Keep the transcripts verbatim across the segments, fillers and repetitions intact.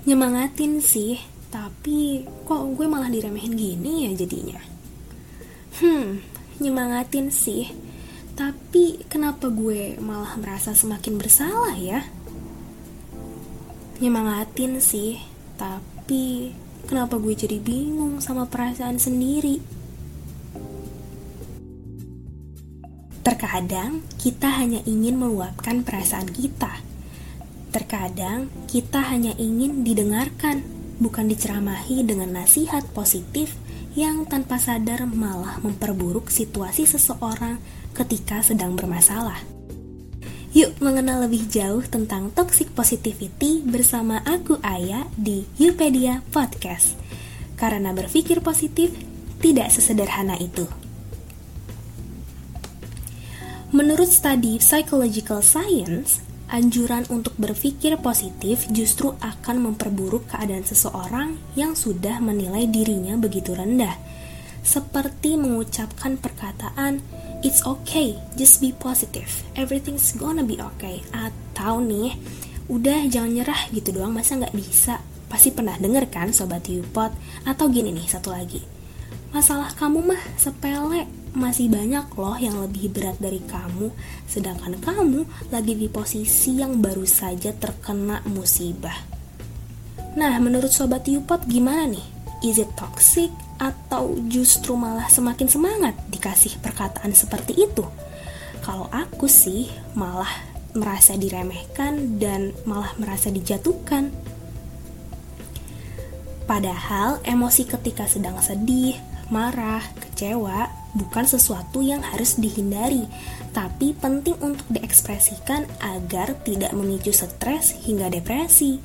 Nyemangatin sih, tapi kok gue malah diremehin gini ya jadinya. Hmm, nyemangatin sih, tapi kenapa gue malah merasa semakin bersalah ya? Nyemangatin sih, tapi kenapa gue jadi bingung sama perasaan sendiri? Terkadang kita hanya ingin meluapkan perasaan kita. Terkadang kita hanya ingin didengarkan, bukan diceramahi dengan nasihat positif yang tanpa sadar malah memperburuk situasi seseorang ketika sedang bermasalah. Yuk mengenal lebih jauh tentang toxic positivity bersama aku Aya di Youpedia Podcast. Karena berpikir positif tidak sesederhana itu. Menurut studi Psychological Science, anjuran untuk berpikir positif justru akan memperburuk keadaan seseorang yang sudah menilai dirinya begitu rendah. Seperti mengucapkan perkataan, "It's okay, just be positive, everything's gonna be okay." Atau nih, udah jangan nyerah gitu doang, masa gak bisa? Pasti pernah denger kan Sobat Yupot? Atau gini nih, satu lagi, masalah kamu mah sepele, masih banyak loh yang lebih berat dari kamu, sedangkan kamu lagi di posisi yang baru saja terkena musibah. Nah, menurut Sobat Yupot gimana nih? Is it toxic atau justru malah semakin semangat dikasih perkataan seperti itu? Kalau aku sih malah merasa diremehkan dan malah merasa dijatuhkan. Padahal emosi ketika sedang sedih, marah, kecewa bukan sesuatu yang harus dihindari, tapi penting untuk diekspresikan agar tidak memicu stres hingga depresi.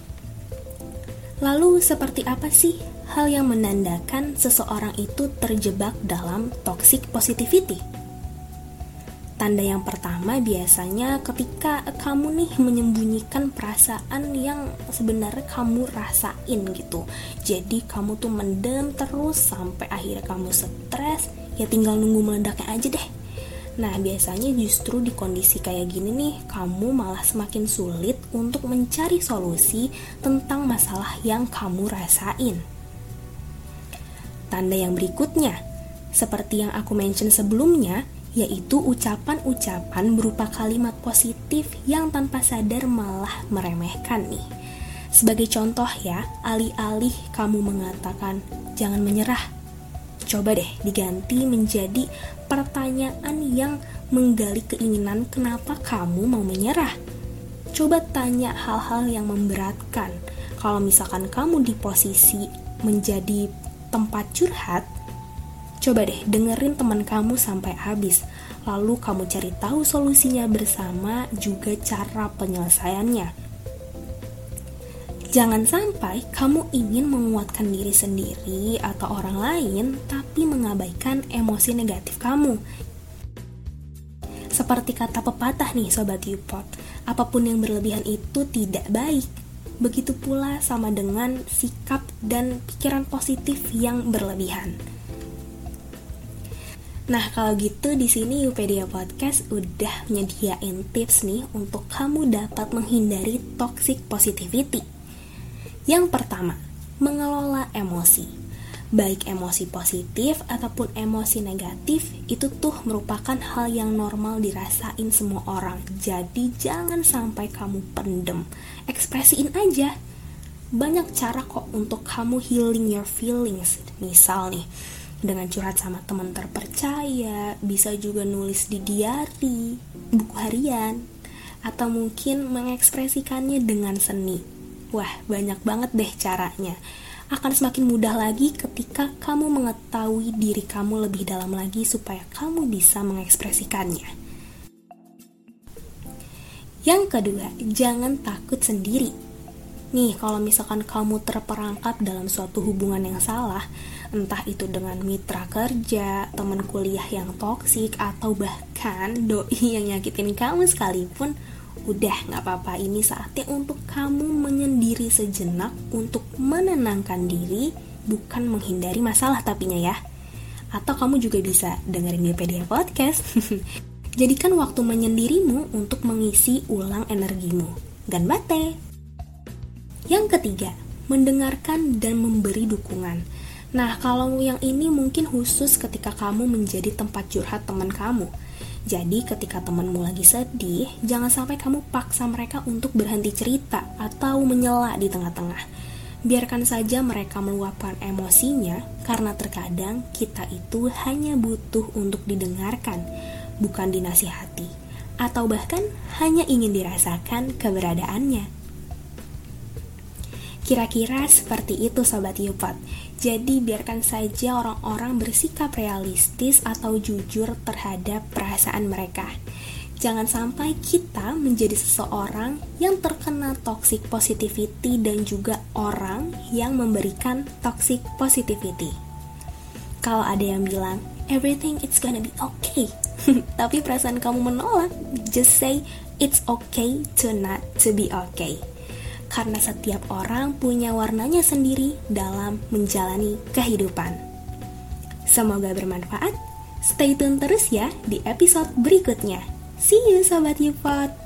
Lalu seperti apa sih hal yang menandakan seseorang itu terjebak dalam toxic positivity? Tanda yang pertama biasanya ketika kamu nih menyembunyikan perasaan yang sebenarnya kamu rasain gitu. Jadi kamu tuh mendem terus sampai akhirnya kamu stres, ya tinggal nunggu meledaknya aja deh. Nah, biasanya justru di kondisi kayak gini nih, kamu malah semakin sulit untuk mencari solusi tentang masalah yang kamu rasain. Tanda yang berikutnya, seperti yang aku mention sebelumnya, yaitu ucapan-ucapan berupa kalimat positif yang tanpa sadar malah meremehkan nih. Sebagai contoh ya, alih-alih kamu mengatakan, "Jangan menyerah," coba deh diganti menjadi pertanyaan yang menggali keinginan kenapa kamu mau menyerah. Coba tanya hal-hal yang memberatkan. Kalau misalkan kamu di posisi menjadi tempat curhat, coba deh dengerin teman kamu sampai habis, lalu kamu cari tahu solusinya bersama juga cara penyelesaiannya. Jangan sampai kamu ingin menguatkan diri sendiri atau orang lain, tapi mengabaikan emosi negatif kamu. Seperti kata pepatah nih Sobat Yupot, apapun yang berlebihan itu tidak baik. Begitu pula sama dengan sikap dan pikiran positif yang berlebihan. Nah, kalau gitu di sini Youpedia Podcast udah nyediain tips nih untuk kamu dapat menghindari toxic positivity. Yang pertama, mengelola emosi. Baik emosi positif ataupun emosi negatif itu tuh merupakan hal yang normal dirasain semua orang. Jadi jangan sampai kamu pendem. Ekspresiin aja. Banyak cara kok untuk kamu healing your feelings. Misal nih, dengan curhat sama teman terpercaya, bisa juga nulis di diary, buku harian, atau mungkin mengekspresikannya dengan seni. Wah, banyak banget deh caranya. Akan semakin mudah lagi ketika kamu mengetahui diri kamu lebih dalam lagi supaya kamu bisa mengekspresikannya. Yang kedua, jangan takut sendiri. Nih, kalau misalkan kamu terperangkap dalam suatu hubungan yang salah, entah itu dengan mitra kerja, teman kuliah yang toksik, atau bahkan doi yang nyakitin kamu sekalipun, udah gak apa-apa, ini saatnya untuk kamu menyendiri sejenak untuk menenangkan diri, bukan menghindari masalah tapinya ya. Atau kamu juga bisa dengerin Youpedia Podcast. Jadikan waktu menyendirimu untuk mengisi ulang energimu. Ganbate! Yang ketiga, mendengarkan dan memberi dukungan. Nah, kalau yang ini mungkin khusus ketika kamu menjadi tempat curhat teman kamu. Jadi ketika temanmu lagi sedih, jangan sampai kamu paksa mereka untuk berhenti cerita atau menyela di tengah-tengah. Biarkan saja mereka meluapkan emosinya, karena terkadang kita itu hanya butuh untuk didengarkan, bukan dinasihati, atau bahkan hanya ingin dirasakan keberadaannya. Kira-kira seperti itu Sobat Yupot. Jadi biarkan saja orang-orang bersikap realistis atau jujur terhadap perasaan mereka. Jangan sampai kita menjadi seseorang yang terkena toxic positivity dan juga orang yang memberikan toxic positivity. Kalau ada yang bilang, everything it's gonna be okay, tapi perasaan kamu menolak, just say, it's okay to not to be okay. Karena setiap orang punya warnanya sendiri dalam menjalani kehidupan. Semoga bermanfaat. Stay tune terus ya di episode berikutnya. See you Sobat Yupot.